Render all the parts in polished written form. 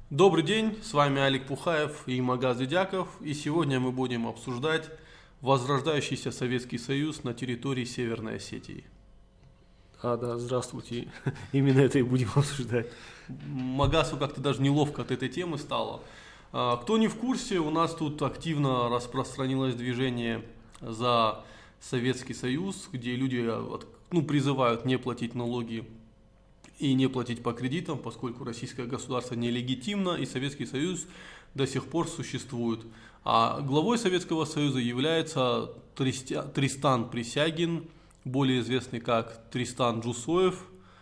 Добрый день, с вами Алик Пухаев и Магаз Дедяков, и сегодня мы будем обсуждать возрождающийся Советский Союз на территории Северной Осетии. Да, здравствуйте. Именно это и будем обсуждать. Магасу как-то даже неловко от этой темы стало. Кто не в курсе, у нас тут активно распространилось движение за Советский Союз, где люди призывают не платить налоги и не платить по кредитам, поскольку российское государство нелегитимно и Советский Союз до сих пор существует. А главой Советского Союза является Тристан Присягин, более известный как Тристан Джусоев,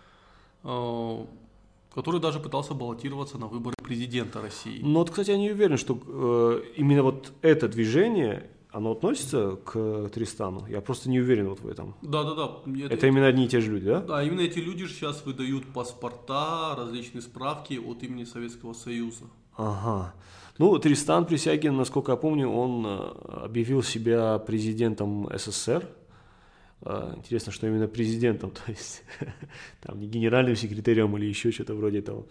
который даже пытался баллотироваться на выборы президента России. Но вот, кстати, я не уверен, что именно вот это движение, оно относится к Тристану. Я просто не уверен вот в этом. Да. Это именно одни и те же люди, да? Да, именно эти люди же сейчас выдают паспорта, различные справки от имени Советского Союза. Ага. Ну, Тристан Присягин, насколько я помню, он объявил себя президентом СССР. Интересно, что именно президентом, то есть там не генеральным секретарем или еще что-то вроде того.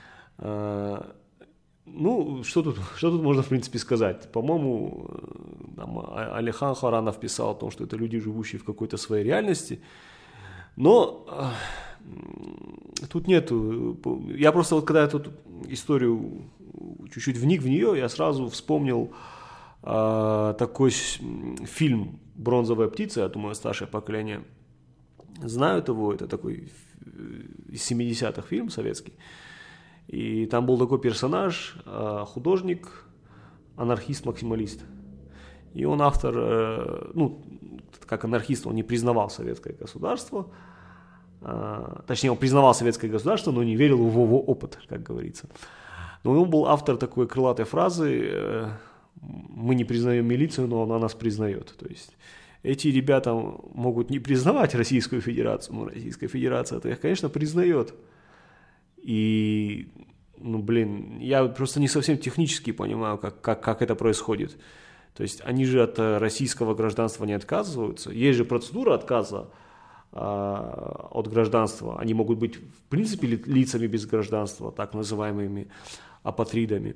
Ну, что тут можно, в принципе, сказать? По-моему, Алихан Харанов писал о том, что это люди, живущие в какой-то своей реальности. Но тут нету... Я просто вот когда эту историю чуть-чуть вник в нее, я сразу вспомнил такой фильм «Бронзовая птица», я думаю, старшее поколение знают его, это такой из 70-х фильм советский. И там был такой персонаж, художник, анархист-максималист. И он автор, как анархист, он не признавал советское государство. Точнее, он признавал советское государство, но не верил в его опыт, как говорится. Но он был автор такой крылатой фразы: «Мы не признаем милицию, но она нас признает». То есть эти ребята могут не признавать Российскую Федерацию, но Российская Федерация это их, конечно, признает. И, я просто не совсем технически понимаю, как это происходит. То есть они же от российского гражданства не отказываются. Есть же процедура отказа от гражданства. Они могут быть, в принципе, лицами без гражданства, так называемыми апатридами.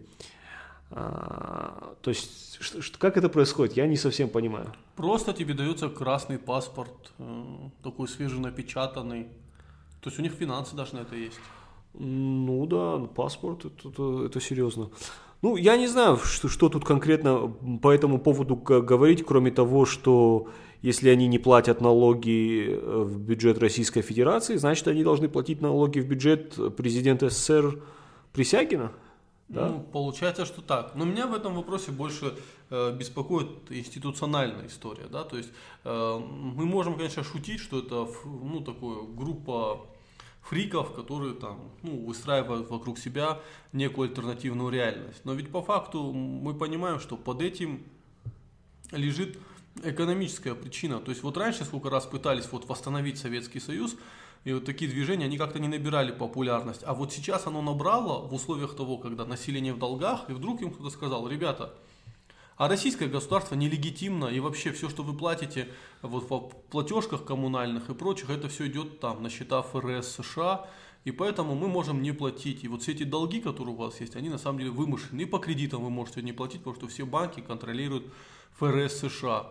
То есть, как это происходит, я не совсем понимаю. Просто тебе дается красный паспорт, такой свеженапечатанный. То есть у них финансы даже на это есть. Ну да, паспорт, это серьезно. Ну, я не знаю, что тут конкретно по этому поводу говорить, кроме того, что если они не платят налоги в бюджет Российской Федерации, значит, они должны платить налоги в бюджет президента СССР Присягина? Да? Ну, получается, что так. Но меня в этом вопросе больше беспокоит институциональная история. Да? То есть мы можем, конечно, шутить, что это такая группа фриков, которые выстраивают вокруг себя некую альтернативную реальность. Но ведь по факту мы понимаем, что под этим лежит экономическая причина. То есть вот раньше сколько раз пытались восстановить Советский Союз, и вот такие движения, они как-то не набирали популярность. А вот сейчас оно набрало в условиях того, когда население в долгах, и вдруг им кто-то сказал: ребята, а российское государство нелегитимно, и вообще все, что вы платите в платежках коммунальных и прочих, это все идет на счета ФРС США, и поэтому мы можем не платить. И вот все эти долги, которые у вас есть, они на самом деле вымышлены. И по кредитам вы можете не платить, потому что все банки контролируют ФРС США.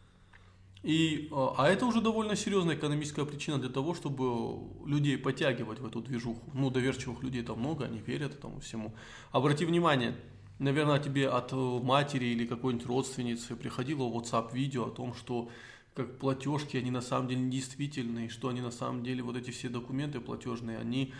А это уже довольно серьезная экономическая причина для того, чтобы людей подтягивать в эту движуху. Доверчивых людей там много, они верят этому всему. Обрати внимание, наверное, тебе от матери или какой-нибудь родственницы приходило WhatsApp-видео о том, что как платежки, они на самом деле недействительные, что они на самом деле, вот эти все документы платежные, они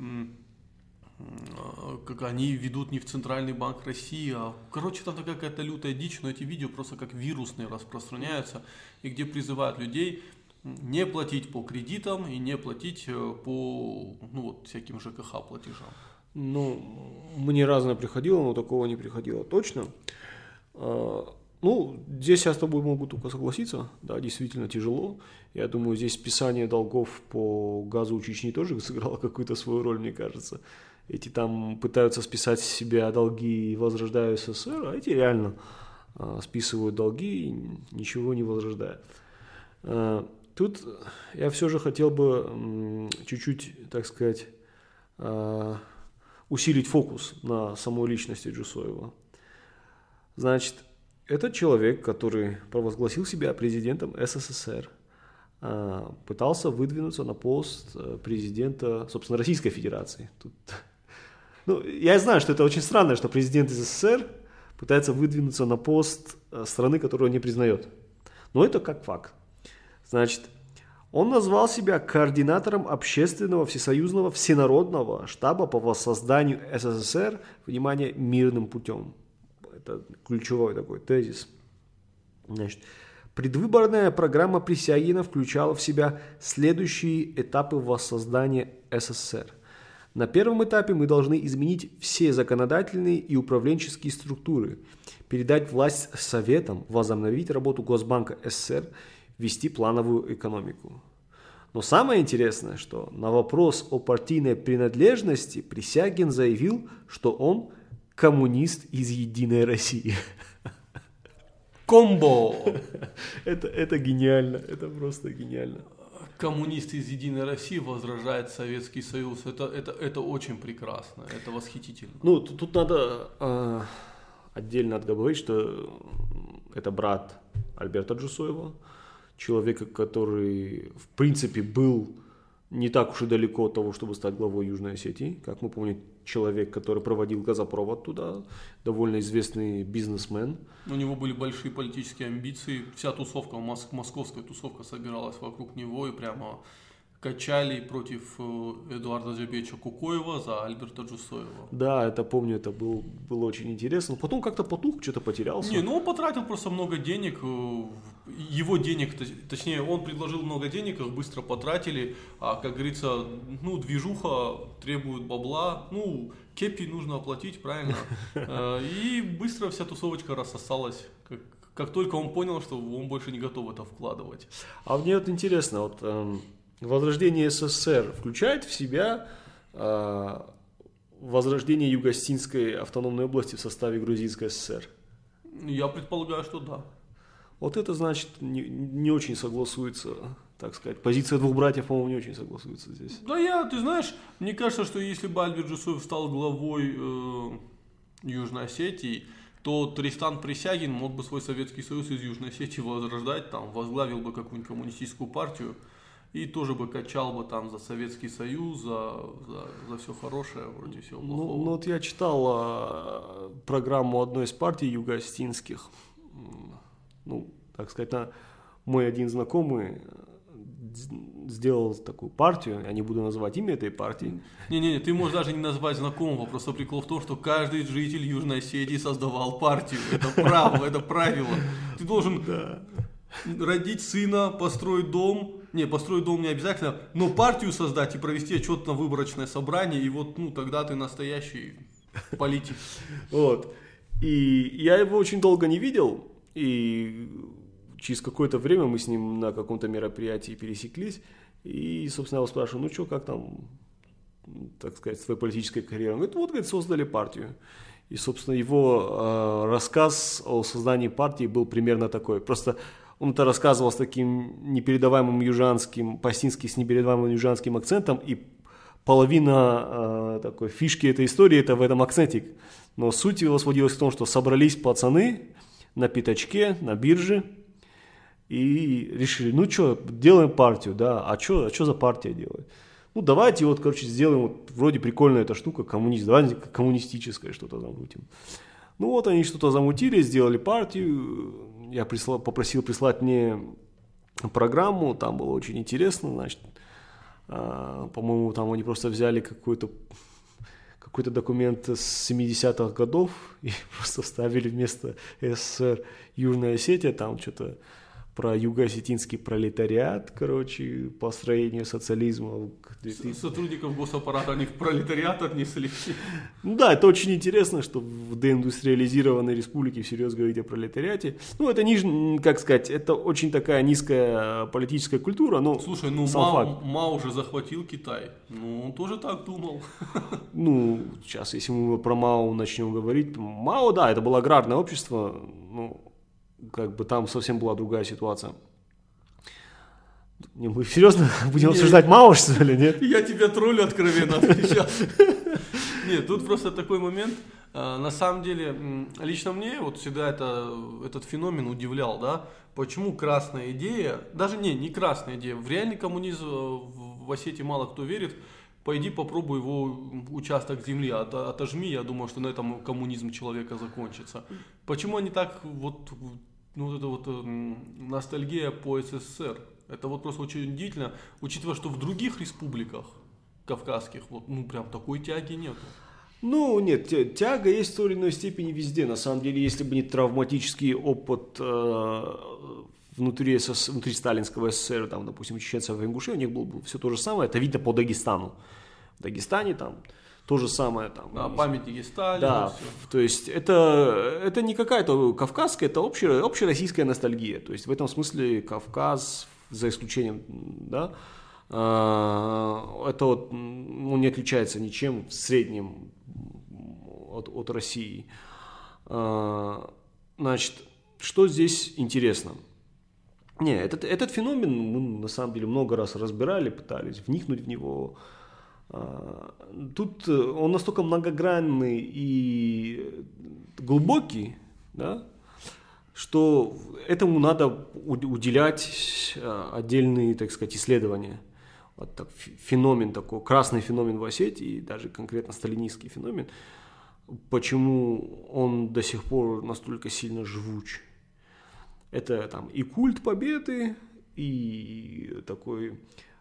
ведут не в Центральный банк России, там такая какая-то лютая дичь, но эти видео просто как вирусные распространяются, и где призывают людей не платить по кредитам и не платить по всяким ЖКХ платежам. Мне разное приходило, но такого не приходило точно. Здесь я с тобой могу только согласиться. Да, действительно тяжело. Я думаю, здесь списание долгов по газу у Чечни тоже сыграло какую-то свою роль, мне кажется. Эти там пытаются списать с себя долги и возрождают СССР, а эти реально списывают долги и ничего не возрождают. Тут я все же хотел бы чуть-чуть, так сказать, усилить фокус на самой личности Джусоева. Значит, этот человек, который провозгласил себя президентом СССР, пытался выдвинуться на пост президента, собственно, Российской Федерации. Я знаю, что это очень странно, что президент из СССР пытается выдвинуться на пост страны, которую он не признает. Но это как факт. Значит, он назвал себя координатором общественного всесоюзного всенародного штаба по воссозданию СССР, внимание, мирным путем. Это ключевой такой тезис. Значит, предвыборная программа Присягина включала в себя следующие этапы воссоздания СССР. На первом этапе мы должны изменить все законодательные и управленческие структуры, передать власть советам, возобновить работу Госбанка СССР, вести плановую экономику. Но самое интересное, что на вопрос о партийной принадлежности Присягин заявил, что он коммунист из «Единой России». Комбо! Это гениально, это просто гениально. Коммунист из «Единой России» возражает Советский Союз. Это очень прекрасно, это восхитительно. Ну, тут надо отдельно отговорить, что это брат Альберта Джусоева, человека, который, в принципе, был не так уж и далеко от того, чтобы стать главой Южной Осетии. Как мы помним, человек, который проводил газопровод туда, довольно известный бизнесмен. У него были большие политические амбиции. Вся тусовка, московская тусовка собиралась вокруг него и прямо качали против Эдуарда Джабеча Кукоева за Альберта Джусоева. Да, это помню, это было очень интересно. Потом как-то потух, что-то потерялся. Не, он потратил просто много денег. Его денег, точнее, он предложил много денег, их быстро потратили. А, как говорится, движуха требует бабла. Кепи нужно оплатить, правильно? И быстро вся тусовочка рассосалась. Как только он понял, что он больше не готов это вкладывать. А мне вот интересно, возрождение СССР включает в себя возрождение Юго-Осетинской автономной области в составе Грузинской ССР? Я предполагаю, что да. Вот это, значит, не очень согласуется, так сказать. Позиция двух братьев, по-моему, не очень согласуется здесь. Да, ты знаешь, мне кажется, что если бы Альберт Джусоев стал главой Южной Осетии, то Тристан Присягин мог бы свой Советский Союз из Южной Осетии возрождать, возглавил бы какую-нибудь коммунистическую партию и тоже бы качал бы там за Советский Союз, за все хорошее, вроде всего плохого. Ну вот я читал программу одной из партий юго-осетинских. Так сказать, мой один знакомый сделал такую партию, я не буду называть имя этой партии. Не, ты можешь даже не назвать знакомого, просто прикол в том, что каждый житель Южной Осетии создавал партию, это право, это правило. Ты должен родить сына, построить дом не обязательно, но партию создать и провести отчетно-выборочное собрание, и тогда ты настоящий политик. Вот, и я его очень долго не видел, и через какое-то время мы с ним на каком-то мероприятии пересеклись. И, собственно, я его спрашиваю, как там, так сказать, с твоей политической карьерой? Он говорит, создали партию. И, собственно, его рассказ о создании партии был примерно такой. Просто он это рассказывал с таким непередаваемым южанским, по-осетински с непередаваемым южанским акцентом. И половина такой фишки этой истории это в этом акценте. Но суть его сводилась к тому, что собрались пацаны на пятачке, на бирже, и решили, делаем партию, да, а что за партия делать? Давайте сделаем, вроде прикольная эта штука, давайте коммунистическое что-то замутим. Они что-то замутили, сделали партию, я попросил прислать мне программу, там было очень интересно, значит, по-моему, там они просто взяли какой-то документ с 70-х годов и просто вставили вместо СССР Южная Осетия, там что-то про юго-осетинский пролетариат, построению социализма. Сотрудников госаппарата они к пролетариату отнесли. Да, это очень интересно, что в деиндустриализированной республике всерьез говорить о пролетариате. Это очень такая низкая политическая культура. Слушай, Мао уже захватил Китай. Он тоже так думал. Сейчас, если мы про Мао начнем говорить. Мао, да, это было аграрное общество, там совсем была другая ситуация. Мы серьезно будем обсуждать Мао, что ли, нет? Я тебя троллю откровенно сейчас. Нет, тут просто такой момент. На самом деле, лично мне вот всегда этот феномен удивлял, да, почему красная идея, даже не красная идея, в реальный коммунизм в Осетии мало кто верит, пойди попробуй его участок земли, отожми, я думаю, что на этом коммунизм человека закончится. Почему они так вот эта вот ностальгия по СССР, это вот просто очень удивительно, учитывая, что в других республиках кавказских вот, прям такой тяги нету. Ну, нет, тяга есть в той или иной степени везде. На самом деле, если бы не травматический опыт внутри сталинского СССР, там, допустим, чеченцев и ингушей, у них было бы все то же самое. Это видно по Дагестану. В Дагестане там то же самое. Там, памятники Сталина. Да, то есть это не какая-то кавказская, это общероссийская ностальгия. То есть в этом смысле Кавказ, за исключением, да, это вот, не отличается ничем в среднем от России. Значит, что здесь интересно? Этот феномен мы на самом деле много раз разбирали, пытались вникнуть в него. Тут он настолько многогранный и глубокий, да, что этому надо уделять отдельные, так сказать, исследования. Вот так, феномен такой, красный феномен в Осетии, даже конкретно сталинистский феномен, почему он до сих пор настолько сильно живуч. Это там и культ победы, и такой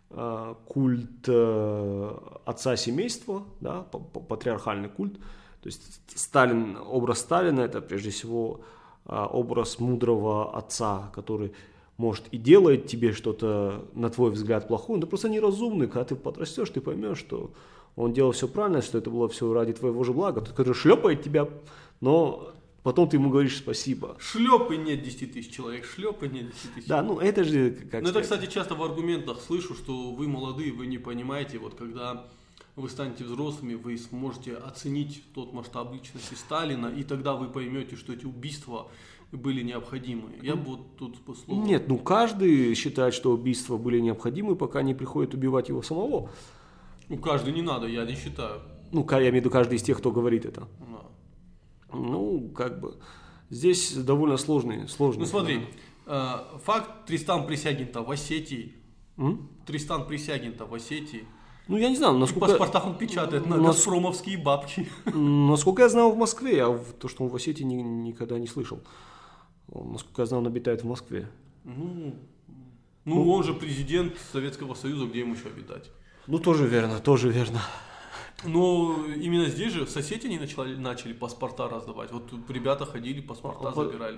культ отца семейства, да, патриархальный культ. То есть образ Сталина это прежде всего образ мудрого отца, который может и делает тебе что-то, на твой взгляд, плохое, но просто неразумный. Когда ты подрастешь, ты поймешь, что он делал все правильно, что это было все ради твоего же блага. Тот, который шлепает тебя, но потом ты ему говоришь спасибо. Шлепай нет 10 тысяч человек, шлепай нет 10 тысяч. Да, это же как это, кстати, часто в аргументах слышу, что вы молодые, вы не понимаете, вот когда вы станете взрослыми, вы сможете оценить тот масштаб личности Сталина, и тогда вы поймете, что эти убийства были необходимы. Я бы вот тут по слову... Нет, каждый считает, что убийства были необходимы, пока не приходит убивать его самого. Каждый не надо, я не считаю. Я имею в виду каждый из тех, кто говорит это. Да. Здесь довольно сложный. Смотри, факт Тристан Присягин-то в Осетии. Тристан Присягин-то в Осетии. Я не знаю, насколько... И паспорта он печатает на газпромовские бабки. Насколько я знал в Москве, я то, что он в Осетии никогда не слышал. Насколько я знал, он обитает в Москве. Он же президент Советского Союза, где ему еще обитать? Тоже верно. Но именно здесь же, в Осетии они начали паспорта раздавать. Вот тут ребята ходили, паспорта забирали.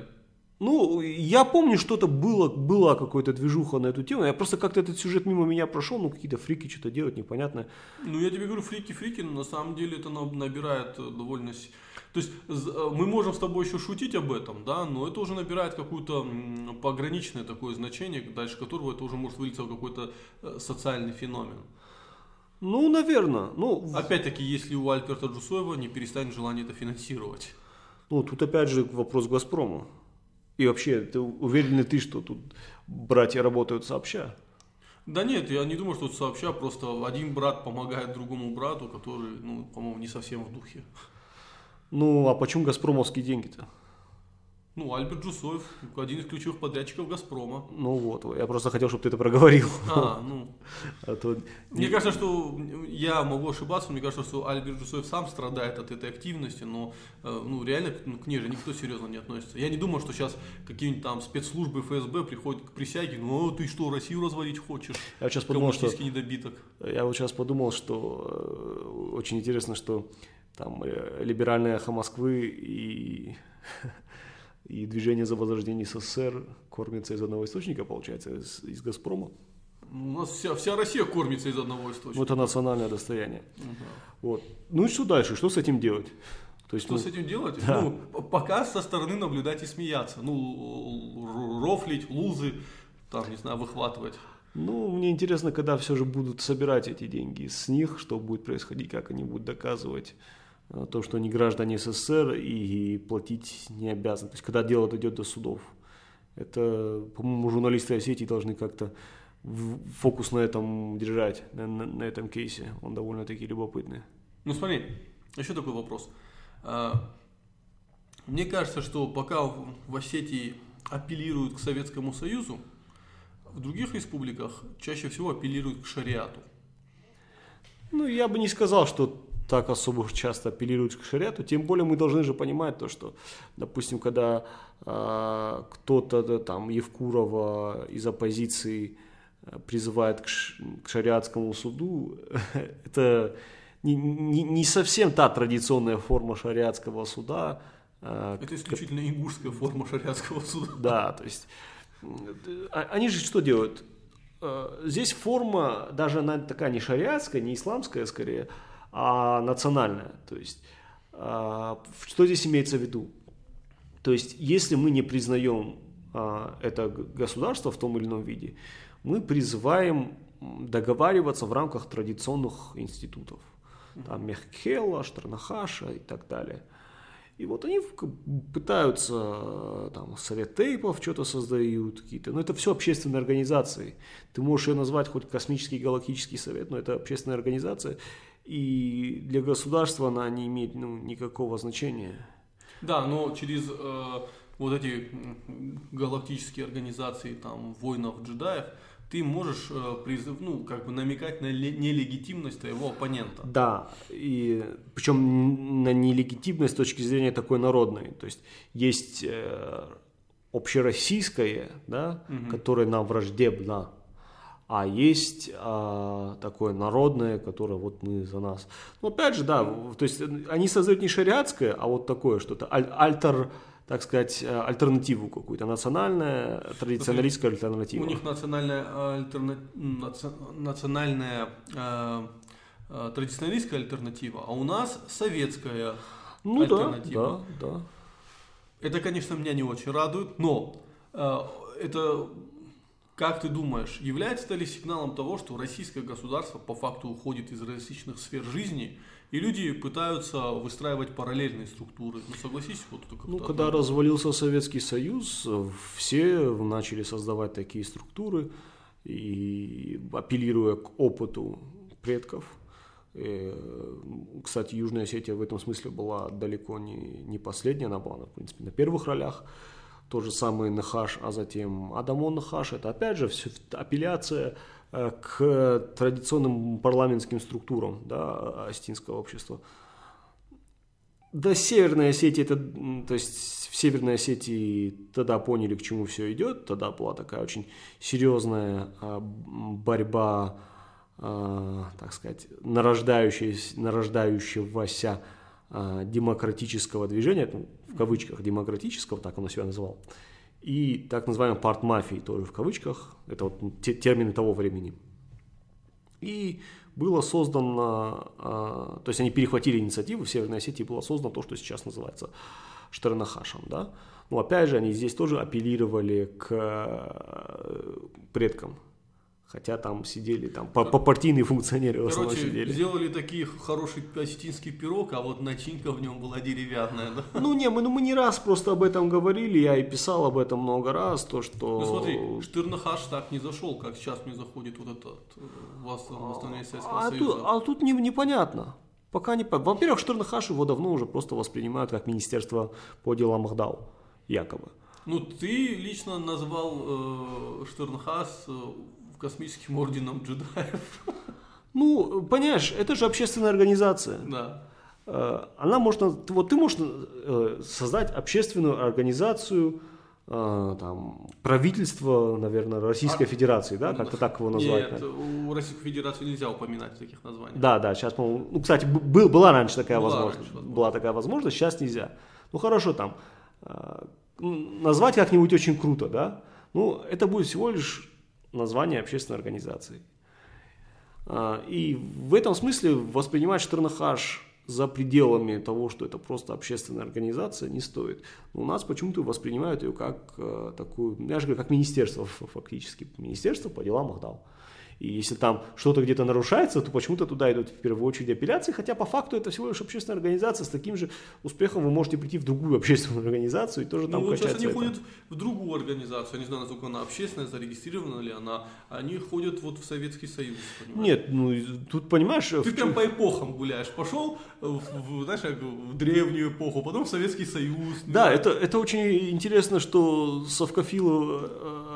Я помню, что-то была какая-то движуха на эту тему. Я просто как-то этот сюжет мимо меня прошел, какие-то фрики что-то делают непонятное. Я тебе говорю, фрики, но на самом деле это набирает довольно... То есть мы можем с тобой еще шутить об этом, да, но это уже набирает какое-то пограничное такое значение, дальше которого это уже может вылиться в какой-то социальный феномен. Наверное. Опять-таки, если у Альберта Джусоева не перестанет желание это финансировать. Тут опять же вопрос к «Газпрому». И вообще, ты уверен ли ты, что тут братья работают сообща? Да нет, я не думаю, что это сообща, просто один брат помогает другому брату, который, по-моему, не совсем в духе. А почему газпромовские деньги-то? Альберт Джусоев, один из ключевых подрядчиков «Газпрома». Я просто хотел, чтобы ты это проговорил. Мне кажется, что я могу ошибаться, мне кажется, что Альберт Джусоев сам страдает от этой активности, но реально к ней же никто серьезно не относится. Я не думаю, что сейчас какие-нибудь там спецслужбы ФСБ приходят к присяге, ты что, Россию развалить хочешь? Я сейчас подумал, что... недобиток. Я вот сейчас подумал, что очень интересно, что там либеральное эхо Москвы и движение за возрождение СССР кормится из одного источника, получается, из «Газпрома». У нас вся Россия кормится из одного источника. Это национальное достояние. И что дальше? Что с этим делать? Что с этим делать? Да. Пока со стороны наблюдать и смеяться. Рофлить, лузы, выхватывать. Мне интересно, когда все же будут собирать эти деньги с них, что будет происходить, как они будут доказывать то, что они граждане СССР и платить не обязаны. То есть, когда дело дойдет до судов. Это, по-моему, журналисты Осетии должны как-то фокус на этом держать, на этом кейсе. Он довольно-таки любопытный. Смотри, Еще такой вопрос. Мне кажется, что пока в Осетии апеллируют к Советскому Союзу, в других республиках чаще всего апеллируют к шариату. Ну, я бы не сказал, что так особо часто апеллируют к шариату, тем более мы должны же понимать то, что, допустим, когда кто-то там Евкурова из оппозиции призывает к шариатскому суду, это не совсем та традиционная форма шариатского суда. Это исключительно ингушская форма шариатского суда. Да, то есть они же что делают? Здесь форма, даже она такая не шариатская, не исламская скорее, а национальная. То есть, что здесь имеется в виду? То есть, если мы не признаем это государство в том или ином виде, мы призываем договариваться в рамках традиционных институтов. Там Мехкела, Штернахаша и так далее. И вот они пытаются, там, Совет Тейпов что-то создают, какие-то, но это все общественные организации. Ты можешь ее назвать хоть Космический галактический совет, но это общественная организация, и для государства она не имеет никакого значения. Да, но через вот эти галактические организации, там, воинов-джедаев, ты можешь намекать на нелегитимность твоего оппонента. Да, и причем на нелегитимность с точки зрения такой народной. То есть есть общероссийское, да, которое нам враждебно, а есть такое народное, которое вот мы за нас. Но опять же, да, то есть они создают не шариатское, а вот такое что-то, так сказать, альтернативу какую-то, национальная, традиционалистская альтернатива. У них национальная традиционалистская альтернатива, а у нас советская альтернатива. Да. Это, конечно, меня не очень радует, но это, как ты думаешь, является ли сигналом того, что российское государство по факту уходит из различных сфер жизни, и люди пытаются выстраивать параллельные структуры? Ну, согласись, вот это как-то... когда развалился Советский Союз, все начали создавать такие структуры, и апеллируя к опыту предков. Кстати, Южная Осетия в этом смысле была далеко не последняя, она была, в принципе, на первых ролях. Тот же самый Нахаш, а затем Адамон Нахаш. Это опять же все апелляция к традиционным парламентским структурам, да, осетинского общества. До Северной Осетии, то есть в Северной Осетии тогда поняли, к чему все идет. Тогда была такая очень серьезная борьба, так сказать, нарождающегося демократического движения, в кавычках демократического, так он себя называл, и так называемой партмафии, тоже в кавычках, это вот термины того времени. И было создано, то есть они перехватили инициативу, в Северной Осетии было создано то, что сейчас называется Штернахашем, да. Но опять же, они здесь тоже апеллировали к предкам. Хотя там сидели, там партийные функционеры в основном сидели. Сделали такие хороший осетинский пирог, а вот начинка в нем была деревянная, да? Мы не раз просто об этом говорили, я и писал об этом много раз, то что... Ну смотри, Штернахаш так не зашел, как сейчас мне заходит вот этот восстановление Советского Союза. Тут непонятно. Пока не... Во-первых, Штернахаш его давно уже просто воспринимают как министерство по делам Ахдау, якобы. Ну, ты лично назвал Штернахаш космическим орденом джедаев. Ну, понимаешь, это же общественная организация. Да. Она может, вот ты можешь создать общественную организацию, там, правительство, наверное, Российской Федерации, да, как-то так его назвать. Нет, у Российской Федерации нельзя упоминать в таких названиях. Да, сейчас, по-моему, ну, кстати, была раньше такая возможность. Была такая возможность, сейчас нельзя. Ну, хорошо, там, назвать как-нибудь очень круто, да, ну, это будет всего лишь название общественной организации. И в этом смысле воспринимать Штернахаш за пределами того, что это просто общественная организация, не стоит. Но у нас почему-то воспринимают ее как такую, я же говорю, как министерство фактически, министерство по делам Ахдау. И если там что-то где-то нарушается, то почему-то туда идут в первую очередь апелляции, хотя по факту это всего лишь общественная организация, с таким же успехом вы можете прийти в другую общественную организацию и тоже там вот качаться. Сейчас они ходят в другую организацию, я не знаю, насколько она общественная, зарегистрирована ли она, они ходят вот в Советский Союз, понимаешь? Нет, ну тут понимаешь... Ты прям по эпохам гуляешь, пошел знаешь, в древнюю эпоху, потом в Советский Союз. Да, это очень интересно, что совкофилы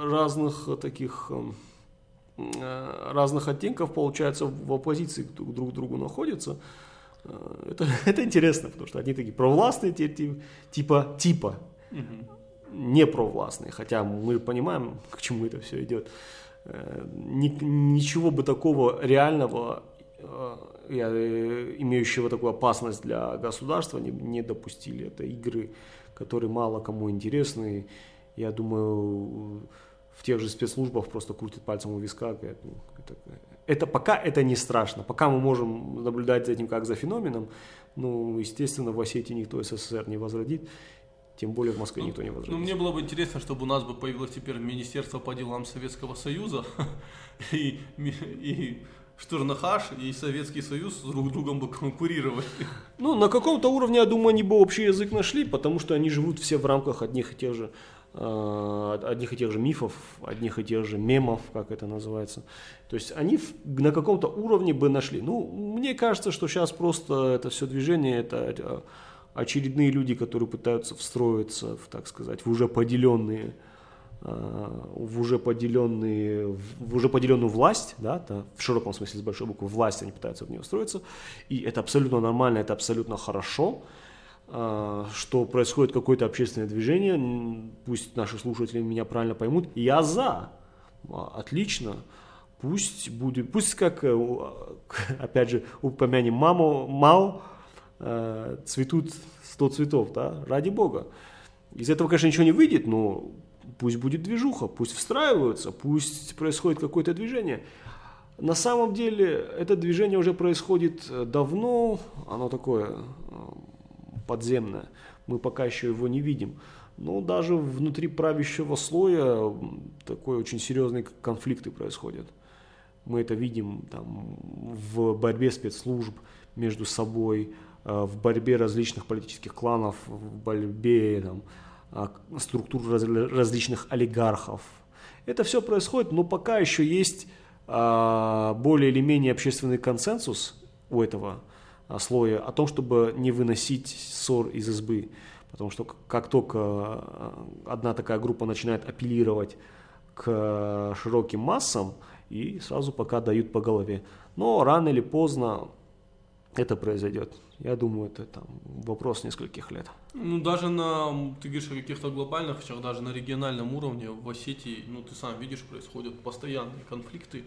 разных оттенков, получается, в оппозиции друг к другу находятся. Это интересно, потому что одни такие провластные, типа не провластные, хотя мы понимаем, к чему это все идет. Ничего бы такого реального, имеющего такую опасность для государства, не допустили. Это игры, которые мало кому интересны. Я думаю, в тех же спецслужбах просто крутят пальцем у виска. Говорят, пока это не страшно. Пока мы можем наблюдать за этим как за феноменом, естественно, в Осетии никто СССР не возродит. Тем более в Москве никто не возродит. Мне было бы интересно, чтобы у нас бы появилось теперь Министерство по делам Советского Союза и Штурнахаш и Советский Союз друг другом бы конкурировали. На каком-то уровне, я думаю, они бы общий язык нашли, потому что они живут все в рамках одних и тех же мифов, одних и тех же мемов, как это называется. То есть они на каком-то уровне бы нашли. Мне кажется, что сейчас просто это все движение, это очередные люди, которые пытаются встроиться, так сказать, в уже поделенную власть, да, в широком смысле с большой буквы власть, они пытаются в нее встроиться, и это абсолютно нормально, это абсолютно хорошо, что происходит какое-то общественное движение, пусть наши слушатели меня правильно поймут, я за, отлично, пусть как, опять же, упомянем Мао, цветут 100 цветов, да, ради бога. Из этого, конечно, ничего не выйдет, но пусть будет движуха, пусть встраиваются, пусть происходит какое-то движение. На самом деле, это движение уже происходит давно, оно такое подземное, мы пока еще его не видим. Но даже внутри правящего слоя такой очень серьезные конфликты происходят. Мы это видим там, в борьбе спецслужб между собой, в борьбе различных политических кланов, в борьбе структур различных олигархов. Это все происходит, но пока еще есть более или менее общественный консенсус у этого слоя о том, чтобы не выносить ссор из избы. Потому что как только одна такая группа начинает апеллировать к широким массам, и сразу пока дают по голове. Но рано или поздно это произойдет. Я думаю, это вопрос нескольких лет. Даже ты говоришь о каких-то глобальных вещах, даже на региональном уровне в Осетии, ты сам видишь, происходят постоянные конфликты.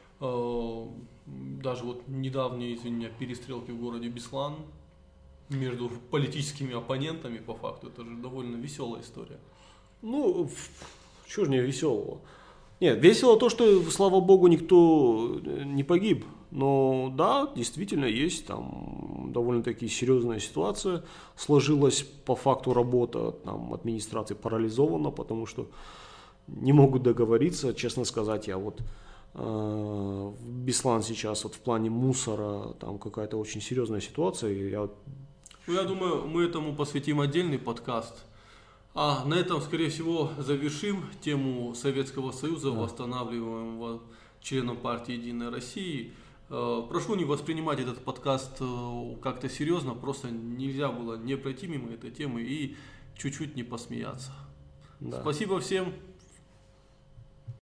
Даже вот недавние, перестрелки в городе Беслан между политическими оппонентами, по факту, это же довольно веселая история. Чего же не веселого? Нет, весело то, что, слава богу, никто не погиб. Но да, действительно есть там довольно-таки серьезная ситуация. Сложилась по факту работа администрации парализована, потому что не могут договориться. Честно сказать, я в Беслан сейчас в плане мусора там какая-то очень серьезная ситуация. Я думаю, мы этому посвятим отдельный подкаст. А на этом, скорее всего, завершим тему Советского Союза, восстанавливаемого членом партии «Единая Россия». Прошу не воспринимать этот подкаст как-то серьезно, просто нельзя было не пройти мимо этой темы и чуть-чуть не посмеяться. Да. Спасибо всем.